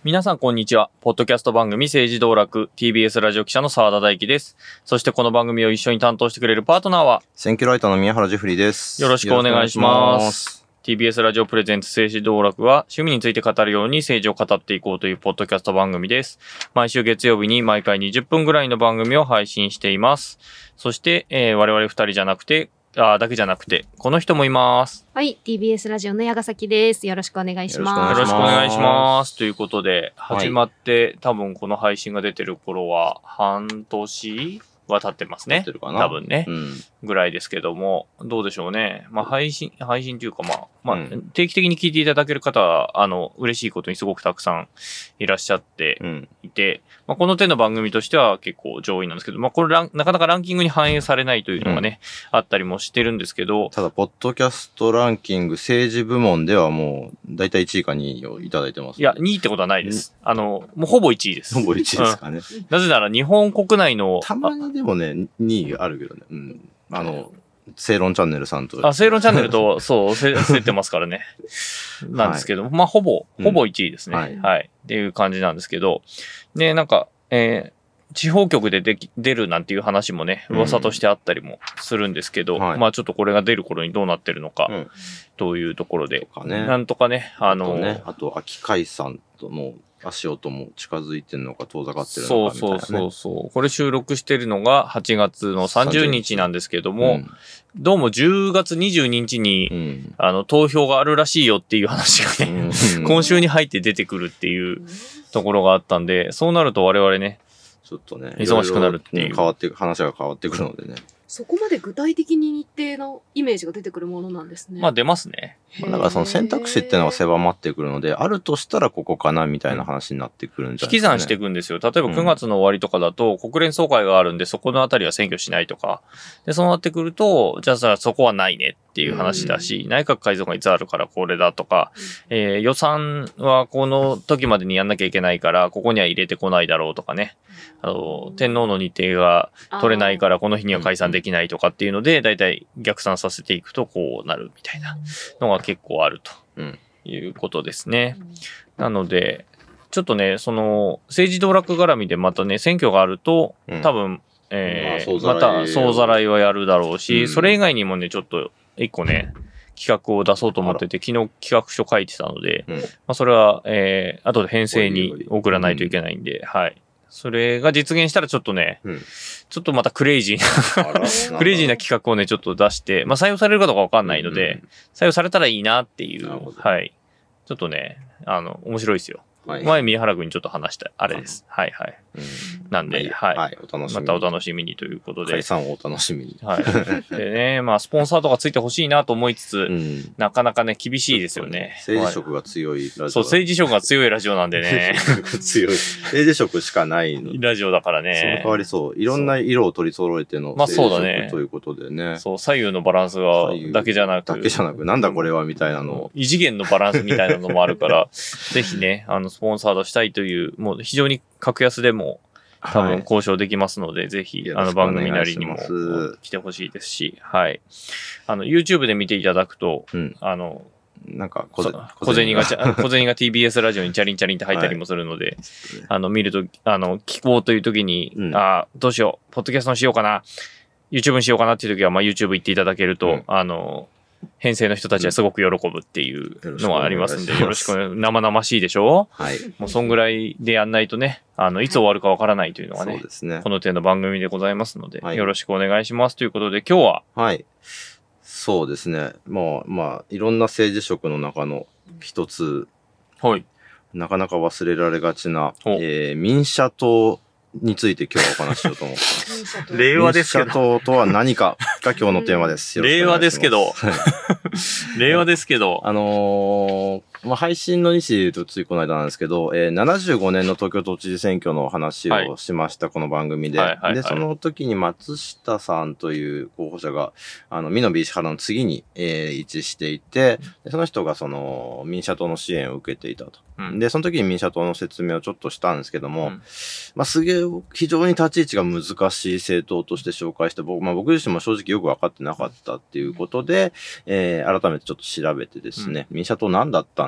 皆さんこんにちは。ポッドキャスト番組政治道楽 TBS ラジオ記者の澤田大樹です。そしてこの番組を一緒に担当してくれるパートナーは選挙ライターの宮原ジェフリーです。 よろしくお願いします。TBS ラジオプレゼンツ政治道楽は趣味について語るように政治を語っていこうというポッドキャスト番組です。毎週月曜日に毎回20分ぐらいの番組を配信しています。そして、我々二人じゃなくてだけじゃなくて、この人もいます。 はい、TBS ラジオの矢ヶ崎です。よろしくお願いします。 よろしくお願いします。ということで、始まって、多分この配信が出てる頃は、半年は経ってますね。 経ってるかな多分ね、ぐらいですけども、どうでしょうね。まあ、配信というか、定期的に聞いていただける方は、嬉しいことにすごくたくさんいらっしゃっていて、この手の番組としては結構上位なんですけど、これなかなかランキングに反映されないというのがね、あったりもしてるんですけど。 ただ、ポッドキャストランキング政治部門ではもう、だいたい1位か2位をいただいてます。 いや、2位ってことはないです。もうほぼ1位です。 ほぼ1位ですかね。 なぜなら日本国内の。 たまにでもね、2位あるけどね。正論チャンネルさんと。 正論チャンネルと、そう、競ってますからね。なんですけど、ほぼ1位ですね。はい。っていう感じなんですけど。で、なんか、地方局で出るなんていう話もね、噂としてあったりもするんですけど、ちょっとこれが出る頃にどうなってるのか、というところで、なんとかね、あと、秋海さんとの足音も近づいてるのか遠ざかってるのかみたいな、ね。 そう。これ収録してるのが8月の30日なんですけども、どうも10月22日に、投票があるらしいよっていう話がね、今週に入って出てくるっていうところがあったんで、そうなると我々ね、 ちょっとね、 忙しくなるっていう。 話が変わってくるのでね。 そこまで具体的に日程のイメージが出てくるものなんですね。 出ますね。 だからその選択肢っていうのが狭まってくるので、あるとしたらここかなみたいな話になってくるんじゃないですか、ね。 引き算していくんですよ。例えば9月の終わりとかだと、国連総会があるんで、そこのあたりは選挙しないとか。で、そうなってくると、じゃあそこはないねっていう話だし、内閣改造がいつあるからこれだとか、予算はこの時までにやんなきゃいけないから、ここには入れてこないだろうとかね。天皇の日程が取れないから、この日には解散できないとかっていうので、だいたい逆算させていくとこうなるみたいなのが結構あるということですね。なので、ちょっとね、その政治道楽絡みでまたね、選挙があると、多分、また総ざらいはやるだろうし、それ以外にもね、ちょっと一個ね、企画を出そうと思ってて、昨日企画書書いてたので、それは、後で編成に送らないといけないんで、はい。それが実現したらちょっとね、ちょっとまたクレイジーな、クレイジーな企画をね、ちょっと出して、採用されるかどうかわかんないので、採用されたらいいなっていう、はい。ちょっとね、面白いですよ。前、宮原君にちょっと話した、あれです。はい。なんで、はい。またお楽しみにということで。 解散をお楽しみに。 はい。でね、スポンサーとかついてほしいなと思いつつ、なかなかね、厳しいですよね。 政治色が強いラジオ。 そう、政治色が強いラジオなんでね。 強い。政治色しかないラジオだからね。 その代わりそう、いろんな色を取り揃えての政治色ということでね。 そう、左右のバランスがだけじゃなく。 なんだこれはみたいなの。 異次元のバランスみたいなのもあるから、ぜひね、スポンサードしたいという、もう非常に格安でも多分交渉できますので、ぜひ、番組なりにも来てほしいですし、はい。YouTube で見ていただくと、 なんか小銭が TBS ラジオにチャリンチャリンって入ったりもするので、見ると、聞こうという時に、どうしよう、ポッドキャストにしようかな、YouTube にしようかなっていう時は、YouTube 行っていただけると、編成の人たちはすごく喜ぶっていうのがありますんで、よろしく生々しいでしょ？はい。もうそんぐらいでやんないとね、いつ終わるかわからないというのがね、この手の番組でございますので、よろしくお願いしますということで、今日は、 はい。そうですね。いろんな政治色の中の一つ、 はい。 なかなか忘れられがちな、民社党について今日はお話ししようと思ってます。 令和ですけど。 民社党とは何かが今日のテーマです。 令和ですけど。令和ですけど。 配信の日で言うとついこの間なんですけど、75年の東京都知事選挙の話をしました、この番組で。で、その時に松下さんという候補者が、美濃部石原の次に、位置していて、その人が民社党の支援を受けていたと。で、その時に民社党の説明をちょっとしたんですけども、非常に立ち位置が難しい政党として紹介して、僕自身も正直よく分かってなかったっていうことで、改めてちょっと調べてですね、民社党何だったん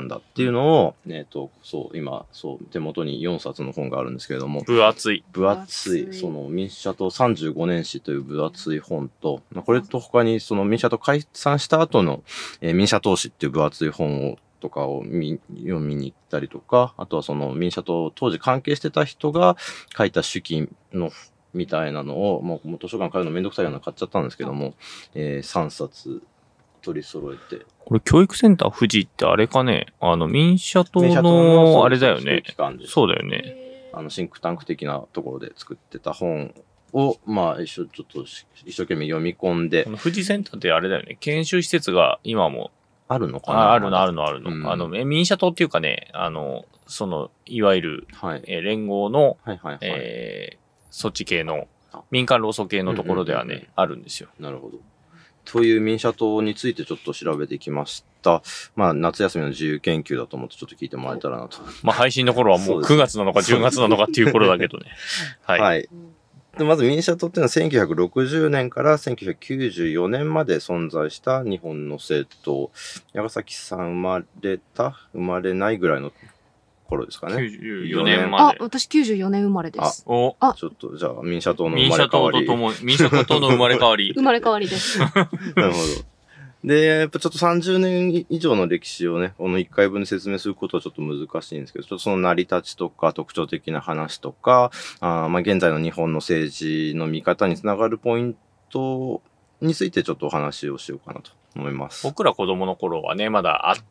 んだっていうのを、今、手元に4冊の本があるんですけれども。 分厚い。 その民主社党35年史という分厚い本と、これと他にその民主社党解散した後の、民主社党史っていう分厚い本とかを読みに行ったりとか、あとはその民主社党当時関係してた人が書いた手記のみたいなのを、もう図書館買うのめんどくさいような買っちゃったんですけども、3冊取り揃えて。 これ教育センター富士ってあれかね、民主社党のあれだよね。そうだよね。 シンクタンク的なところで作ってた本を、ちょっと一生懸命読み込んで。 富士センターってあれだよね。研修施設が今も。 あるのかな。 あるの。民主社党っていうかね、いわゆる、連合の、そっち系の、民間労組系のところではね、あるんですよ。 なるほど。という民主社党についてちょっと調べてきました。夏休みの自由研究だと思ってちょっと聞いてもらえたらなと。 配信の頃はもう9月なのか10月なのかっていう頃だけどね。 はい。でまず民主社党っていうのは1960年から1994年まで存在した日本の政党。矢崎さん生まれないぐらいの頃ですかね。 94年まで。 私94年生まれです。 ちょっと、じゃあ、民社党の生まれ変わり。 民社党の生まれ変わり。 生まれ変わりです。 なるほど。で、やっぱちょっと30年以上の歴史をね、この1回分で説明することはちょっと難しいんですけど、ちょっとその成り立ちとか特徴的な話とか、現在の日本の政治の見方につながるポイントについてちょっとお話をしようかなと思います。 僕ら子供の頃はね、まだあって、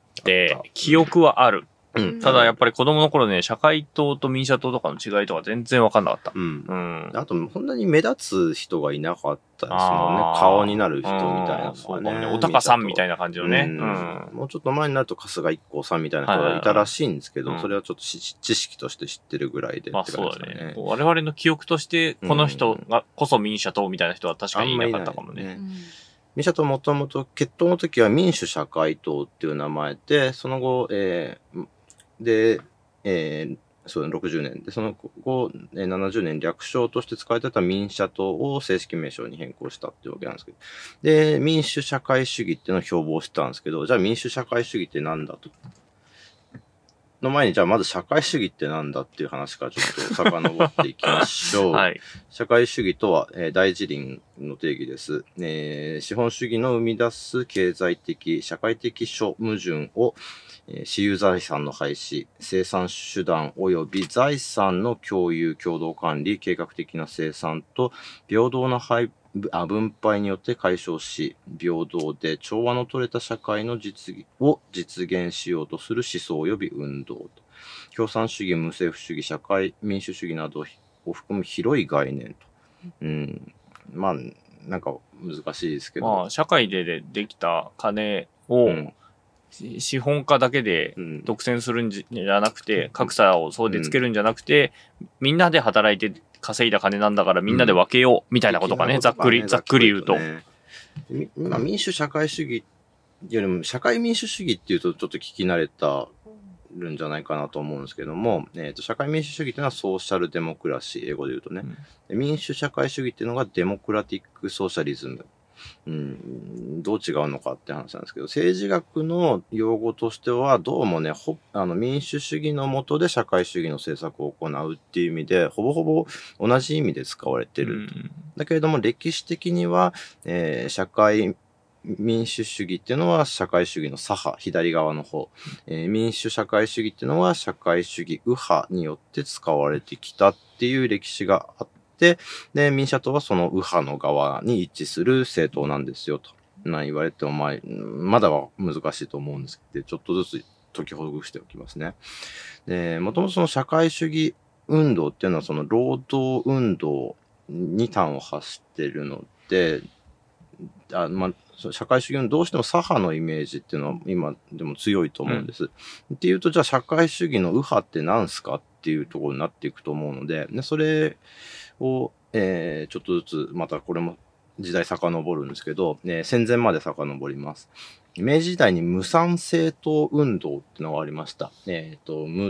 記憶はある。ただやっぱり子供の頃ね、社会党と民社党とかの違いとか全然わかんなかった。 あと、そんなに目立つ人がいなかったですもんね。顔になる人みたいなのがね。 おたかさんみたいな感じのね。 もうちょっと前になると春日一行さんみたいな人がいたらしいんですけど、それはちょっと知識として知ってるぐらいで。 そうだね。我々の記憶として、この人がこそ民社党みたいな人は確かにいなかったかもね。 民社党もともと決闘の時は民主社会党っていう名前で、その後、そう60年で、その後、70年略称として使われてた民社党を正式名称に変更したっていうわけなんですけど。で、民主社会主義っていうのを標榜してたんですけど、じゃあ民主社会主義ってなんだと。の前に、じゃあまず社会主義ってなんだっていう話からちょっと遡っていきましょう。社会主義とは、大辞林の定義です。資本主義の生み出す経済的、社会的諸矛盾を、私有財産の廃止、生産手段及び財産の共有、共同管理、計画的な生産と平等な分配によって解消し、平等で調和の取れた社会の実現しようとする思想及び運動。共産主義、無政府主義、社会民主主義などを含む広い概念と。なんか難しいですけど。 社会でできた金を、資本家だけで独占するんじゃなくて、格差をそうでつけるんじゃなくて、みんなで働いて稼いだ金なんだからみんなで分けようみたいなことかね、ざっくり言うと。 民主社会主義よりも社会民主主義っていうとちょっと聞き慣れたるんじゃないかなと思うんですけども、社会民主主義っていうのはソーシャルデモクラシー、英語で言うとね。民主社会主義っていうのがデモクラティックソーシャリズム。どう違うのかって話なんですけど、政治学の用語としては、どうもね、民主主義の下で社会主義の政策を行うっていう意味で、ほぼほぼ同じ意味で使われてる。だけれども、歴史的には、社会民主主義っていうのは社会主義の左派、左側の方。民主社会主義っていうのは社会主義右派によって使われてきたっていう歴史があって、で、民社党はその右派の側に一致する政党なんですよと。言われてもまだは難しいと思うんですけど、ちょっとずつ解きほぐしておきますね。で、もともとその社会主義運動っていうのはその労働運動に端を発しているので、社会主義運動どうしても左派のイメージっていうのは今でも強いと思うんです。っていうと、じゃあ社会主義の右派って何すかっていうところになっていくと思うので、それを、ちょっとずつまたこれも時代遡るんですけど、戦前まで遡ります。明治時代に無産政党運動っていうのがありました。無っ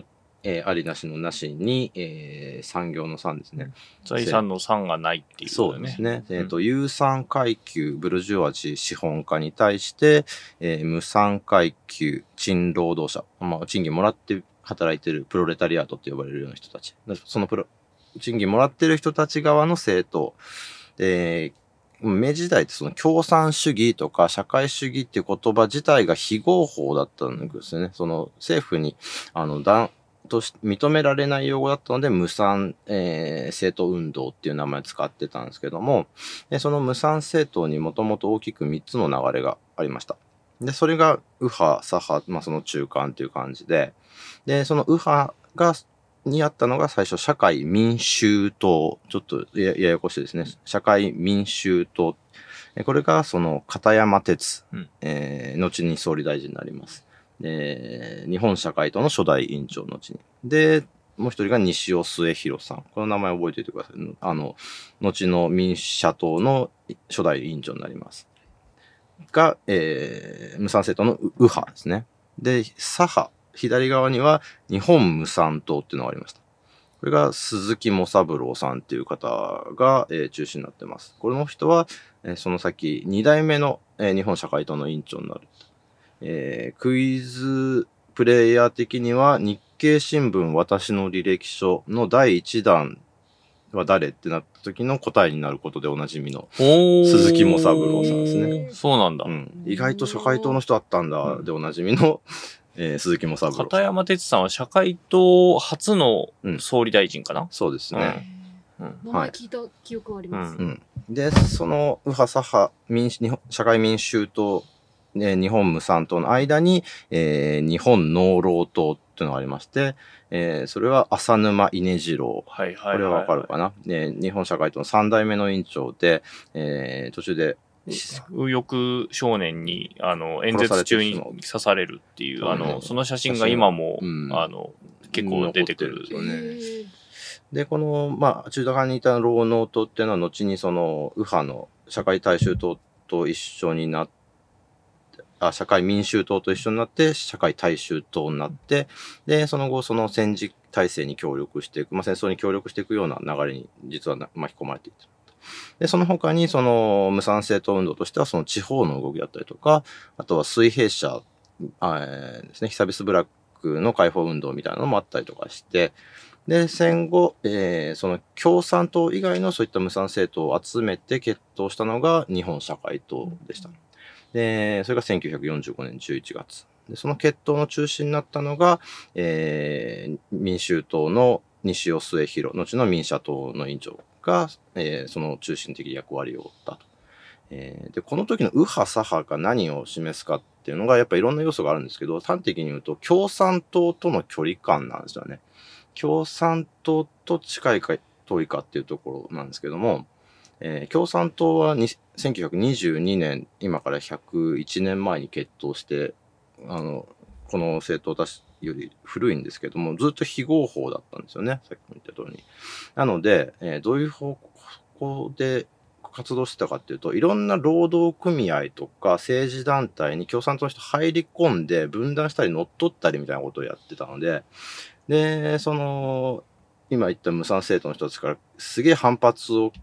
ありなしのなしに、産業の産ですね。 財産の産がないっていうことね。 そうですね。有産階級、ブルジョワジー資本家に対して、無産階級、賃労働者、賃金もらって働いてるプロレタリアートって呼ばれるような人たち。その賃金もらってる人たち側の政党。明治時代ってその共産主義とか社会主義っていう言葉自体が非合法だったんですよね。その政府に、認められない用語だったので、無産、政党運動っていう名前を使ってたんですけども、その無産政党にもともと大きく3つの流れがありました。で、それが右派、左派、その中間っていう感じで、で、その右派にあったのが最初、社会民衆党。ちょっとややこしいですね。社会民衆党。これがその片山哲、後に総理大臣になります。日本社会党の初代委員長の後に。で、もう一人が西尾末弘さん。この名前覚えておいてください。後の民社党の初代委員長になります。が、無産政党の右派ですね。で、左派。左側には日本無産党っていうのがありました。これが鈴木茂三郎さんっていう方が、中心になってます。これの人は、その先2代目の、日本社会党の委員長になる。クイズプレイヤー的には日経新聞私の履歴書の第1弾は誰ってなった時の答えになることでおなじみの鈴木茂三郎さんですね。 そうなんだ。 意外と社会党の人だったんだでおなじみの鈴木茂三郎さん。 片山哲さんは社会党初の総理大臣かな、 そうですね。 名前聞いた記憶はあります。 で、その右派左派社会民衆党、日本無産党の間に、日本農労党っていうのがありまして、それは浅沼稲次郎。これはわかるかな、日本社会党の3代目の委員長で、途中で右翼少年に、演説中に刺されるっていう、その写真が今も、結構出てくる。 で、この、中途半にいた労農党っていうのは、後にその、右派の社会大衆党と一緒になって、社会民衆党と一緒になって、社会大衆党になって、で、その後、その戦時体制に協力していく、戦争に協力していくような流れに、実は巻き込まれていた。で、その他に、その、無産政党運動としては、その地方の動きだったりとか、あとは水平社、ですね、久々ブラックの解放運動みたいなのもあったりとかして、で、戦後、その共産党以外のそういった無産政党を集めて結党したのが日本社会党でした。で、それが1945年11月。で、その結党の中心になったのが、民衆党の西尾末弘、後の民社党の委員長が、その中心的役割を負ったと。で、この時の右派左派が何を示すかっていうのが、やっぱりいろんな要素があるんですけど、端的に言うと、共産党との距離感なんですよね。共産党と近いか遠いかっていうところなんですけども、共産党は1922年、今から101年前に結党して、この政党より古いんですけども、ずっと非合法だったんですよね。さっきも言った通りに。なので、どういう方向で活動してたかっていうと、いろんな労働組合とか政治団体に共産党の人入り込んで分断したり乗っ取ったりみたいなことをやってたので、で、その、今言った無産政党の人たちからすげえ反発を、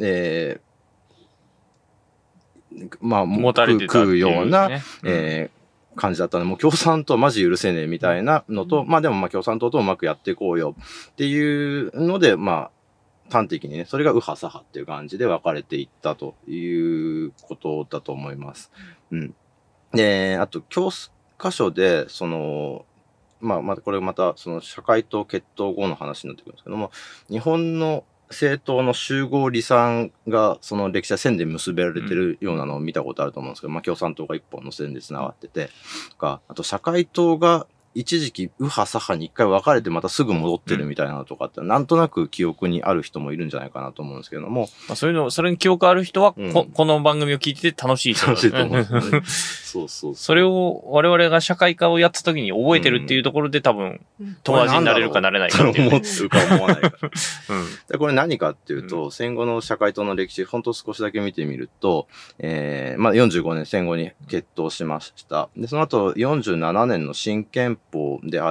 持たれてた食うような、感じだったので、もう共産党マジ許せねえみたいなのと、でも共産党とうまくやっていこうよっていうので、端的にね、それが右派左派っていう感じで分かれていったということだと思います。で、あと、教科書で、その、これまた、その社会党結党後の話になってくるんですけども、日本の政党の集合離散が、その歴史は線で結べられてるようなのを見たことあると思うんですけど、共産党が一本の線で繋がってて、とか、あと社会党が一時期右派左派に一回分かれてまたすぐ戻ってるみたいなのとかって、なんとなく記憶にある人もいるんじゃないかなと思うんですけども。 それに記憶ある人は、この番組を聞いてて楽しい楽しいと思うんですよね。そう。 それを我々が社会科をやった時に覚えてるっていうところで多分、友達になれるかなれないかっていう、 思ってるか思わないか。で、これ何かっていうと、戦後の社会党の歴史、ほんと少しだけ見てみると、45年戦後に結党しました。で、その後47年の新憲法でを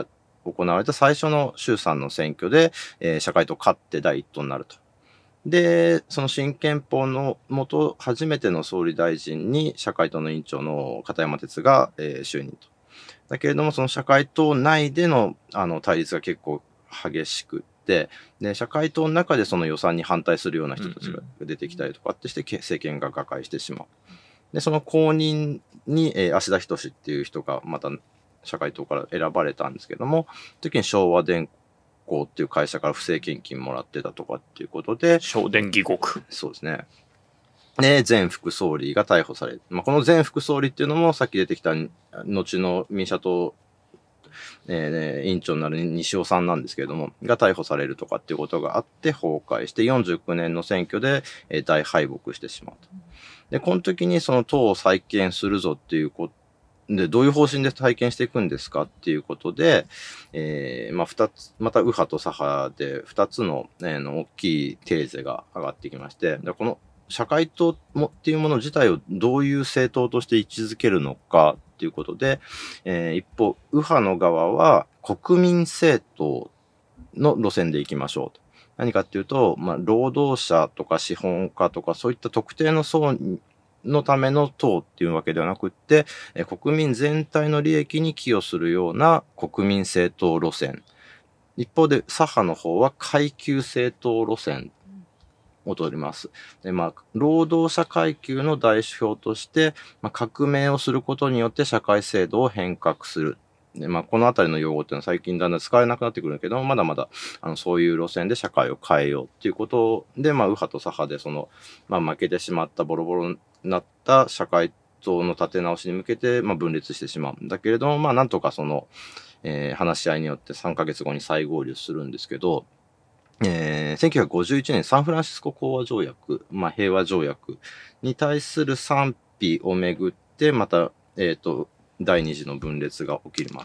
行われた最初の衆参の選挙で、社会党勝って第一党になると。で、その新憲法のもと、初めての総理大臣に社会党の委員長の片山哲が、就任と。だけれども、その社会党内での、対立が結構激しくって、で、社会党の中でその予算に反対するような人たちが出てきたりとかってして、政権が瓦解してしまう。で、その後任に、芦田仁っていう人がまた社会党から選ばれたんですけども、時に昭和電工っていう会社から不正献金もらってたとかっていうことで、 小電義国。 そうですね。で、前副総理が逮捕される。この前副総理っていうのもさっき出てきた後の民社党、委員長になる西尾さんなんですけれども、が逮捕されるとかっていうことがあって崩壊して、49年の選挙で、大敗北してしまうと。で、この時にその党を再建するぞっていうことで、どういう方針で再建していくんですかっていうことで、二つ、また右派と左派で二つの、大きいテーゼが上がってきまして、でこの社会党っていうもの自体をどういう政党として位置づけるのかっていうことで、一方、右派の側は国民政党の路線で行きましょうと。何かっていうと、労働者とか資本家とかそういった特定の層のための党っていうわけではなくって、国民全体の利益に寄与するような国民政党路線。一方で左派の方は階級政党路線を取ります。で、労働者階級の代表として、革命をすることによって社会制度を変革する。で、このあたりの用語っていうのは最近だんだん使われなくなってくるんだけど、まだまだ、そういう路線で社会を変えようっていうことで、右派と左派で負けてしまったボロボロになった社会党の立て直しに向けて、分裂してしまうんだけれども、なんとか話し合いによって3ヶ月後に再合流するんですけど、1951年サンフランシスコ講和条約、平和条約に対する賛否をめぐって、また、第二次の分裂が起きます。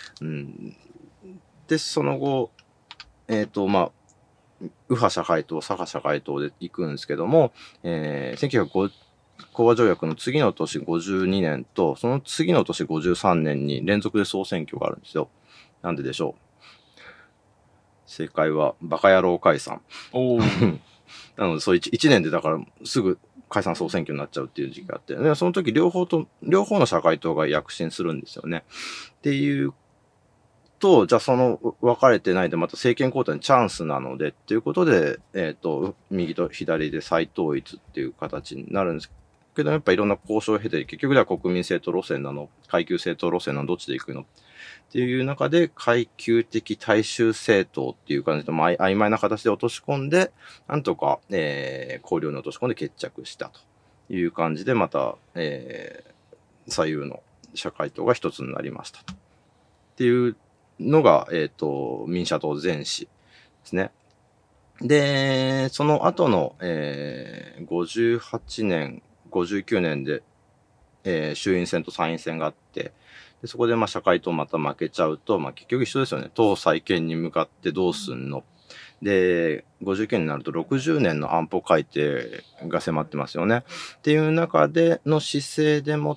で、その後、右派社会党、左派社会党で行くんですけども、1905講和条約の次の年52年と、その次の年53年に連続で総選挙があるんですよ。なんででしょう。正解は、バカ野郎解散。なので、そう1年でだからすぐ解散総選挙になっちゃうっていう時期があって、でその時両方の社会党が躍進するんですよね。っていうと、じゃあ分かれてないでまた政権交代にチャンスなのでっていうことで、右と左で再統一っていう形になるんですけど、やっぱいろんな交渉を経て、結局では国民政党路線なの、階級政党路線なの、どっちで行くのっていう中で、階級的大衆政党っていう感じで、曖昧な形で落とし込んで、なんとか、綱領に落とし込んで決着したという感じで、また、左右の社会党が一つになりましたと。っていうのが、民社党前史ですね。で、その後の、58年、59年で、衆院選と参院選があって、でそこで社会党また負けちゃうと、結局一緒ですよね。党再建に向かってどうすんの。で、59年になると60年の安保改定が迫ってますよね。っていう中での姿勢でもって、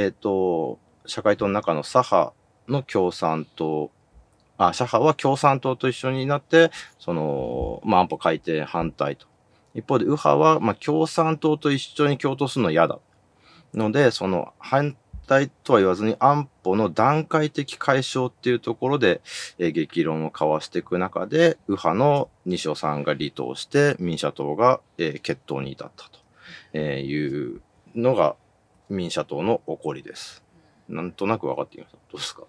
社会党の中の左派の共産党、左派は共産党と一緒になって、安保改定反対と。一方で右派は、共産党と一緒に共闘するの嫌だ。ので、反対とは言わずに安保の段階的解消っていうところで、激論を交わしていく中で、右派の西尾さんが離党して、民社党が、決闘に至ったと、いうのが民社党の起こりです。なんとなく分かってきました。どうですか？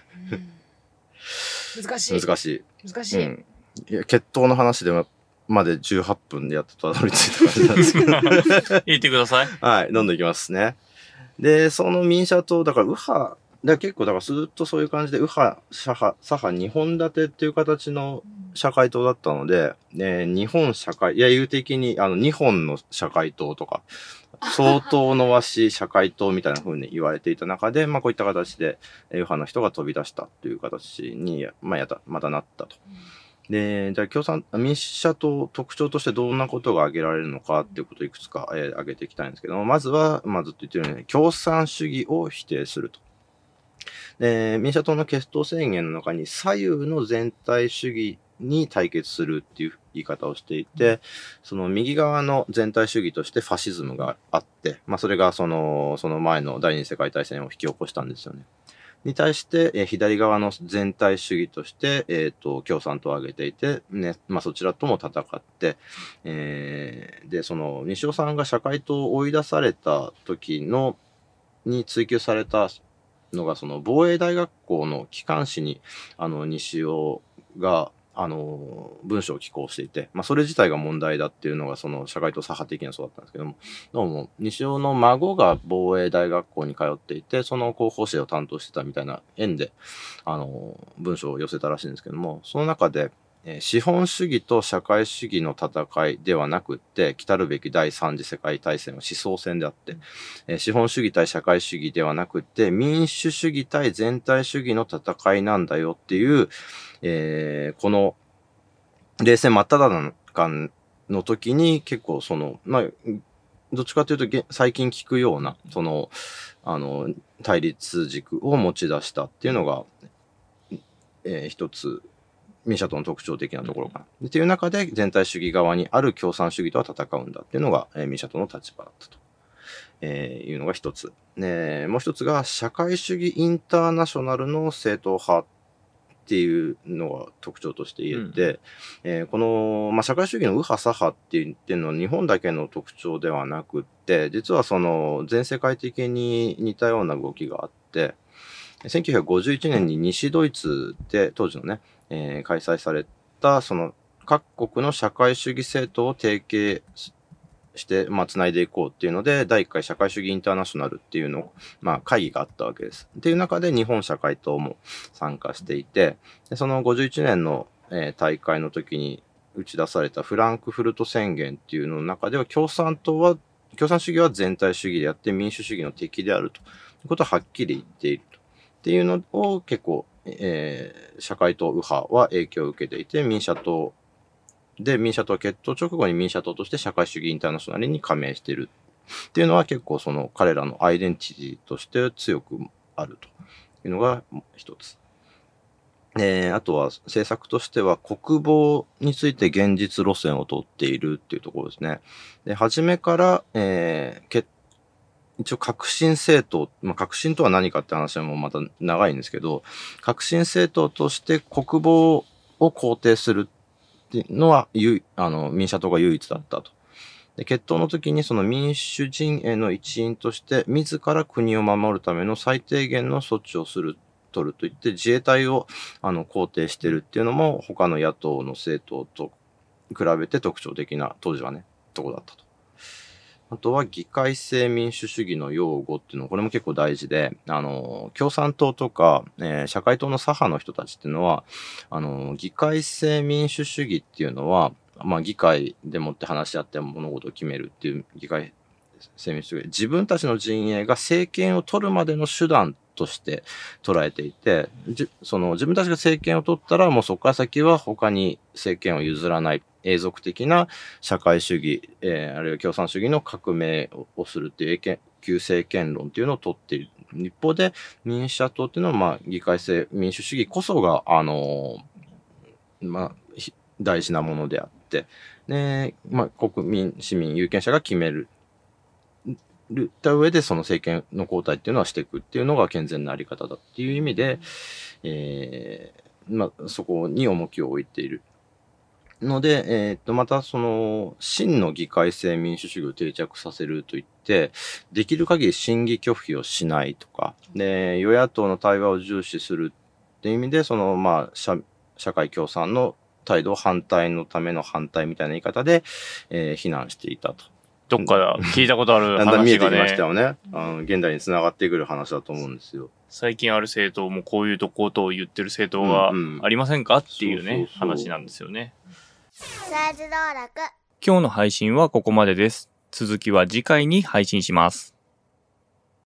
難しい。 難しい。 難しい。 いや、決闘の話でまで18分でやっとたどり着いた感じなんですけど。 言ってください。 はい、どんどんいきますね。で、その民社党、だから右派、結構、だからずっとそういう感じで、右派、左派、2本立てっていう形の社会党だったので、日本社会、揶揄的に、日本の社会党とか、相当の和紙社会党みたいな風に言われていた中で、こういった形で、右派の人が飛び出したという形に、またなったと。で、じゃあ民社党特徴としてどんなことが挙げられるのかっていうことをいくつか、挙げていきたいんですけども、まずは、ずっと言ってるように、共産主義を否定すると。 民社党の決闘宣言の中に左右の全体主義に対決するっていう言い方をしていて、その右側の全体主義としてファシズムがあって、それがその前の第二次世界大戦を引き起こしたんですよね。に対して、左側の全体主義として、共産党を挙げていて、ね、そちらとも戦って、で、西尾さんが社会党を追い出された時に追及されたのが、防衛大学校の機関誌に、西尾が、文章を寄稿していて、それ自体が問題だっていうのが、社会党左派的にはそうだったんですけども、どうも、西尾の孫が防衛大学校に通っていて、その広報誌を担当してたみたいな縁で、文章を寄せたらしいんですけども、その中で、資本主義と社会主義の戦いではなくって、来たるべき第三次世界大戦は思想戦であって、資本主義対社会主義ではなくって、民主主義対全体主義の戦いなんだよっていう、この冷戦真っ只中の時に結構どっちかというと最近聞くような、対立軸を持ち出したっていうのが、一つ、民社党の特徴的なところかな。っていう中で全体主義側にある共産主義とは戦うんだっていうのが、民社党の立場だったと、いうのが一つ。もう一つが社会主義インターナショナルの正統派っていうのが特徴として言えて、この、社会主義の右派左派って言ってるのは日本だけの特徴ではなくって、実は全世界的に似たような動きがあって、1951年に西ドイツで当時のね、開催された、各国の社会主義政党を提携して、繋いでいこうっていうので、第1回社会主義インターナショナルっていうの、会議があったわけです。っていう中で日本社会党も参加していて、でその51年の、大会の時に打ち出されたフランクフルト宣言っていうのの中では、共産主義は全体主義であって民主主義の敵であるということをはっきり言っていると。っていうのを結構、社会党右派は影響を受けていて、民社党決闘直後に民社党として社会主義インターナショナルに加盟しているっていうのは結構彼らのアイデンティティとして強くあるというのが一つ。あとは政策としては国防について現実路線を取っているっていうところですね。で、初めから、一応革新政党、革新とは何かって話はもうまた長いんですけど、革新政党として国防を肯定するっていうのは、民社党が唯一だったと。で、決闘の時に民主陣営の一員として、自ら国を守るための最低限の措置を取るといって、自衛隊を肯定してるっていうのも、他の野党の政党と比べて特徴的な、当時はね、とこだったと。あとは議会制民主主義の擁護っていうの、これも結構大事で、共産党とか、社会党の左派の人たちっていうのは、議会制民主主義っていうのは、議会でもって話し合って物事を決めるっていう議会制民主主義、自分たちの陣営が政権を取るまでの手段として捉えていて、自分たちが政権を取ったらもうそこから先は他に政権を譲らない。永続的な社会主義、あるいは共産主義の革命をするっていう旧政権論っていうのを取っている。一方で民社党っていうのは議会制民主主義こそが大事なものであって、で国民市民有権者が決めるた上でその政権の交代っていうのはしていくっていうのが健全なあり方だっていう意味で、そこに重きを置いている。ので、また真の議会制民主主義を定着させるといって、できる限り審議拒否をしないとか、で、与野党の対話を重視するっていう意味で、社会共産の態度を反対のための反対みたいな言い方で、非難していたと。 どっか聞いたことある話がね。 だんだん見えてきましたよね。現代に繋がってくる話だと思うんですよ。 最近ある政党もこういうことを言ってる政党がありませんかっていうね、話なんですよね。今日の配信はここまでです。続きは次回に配信します。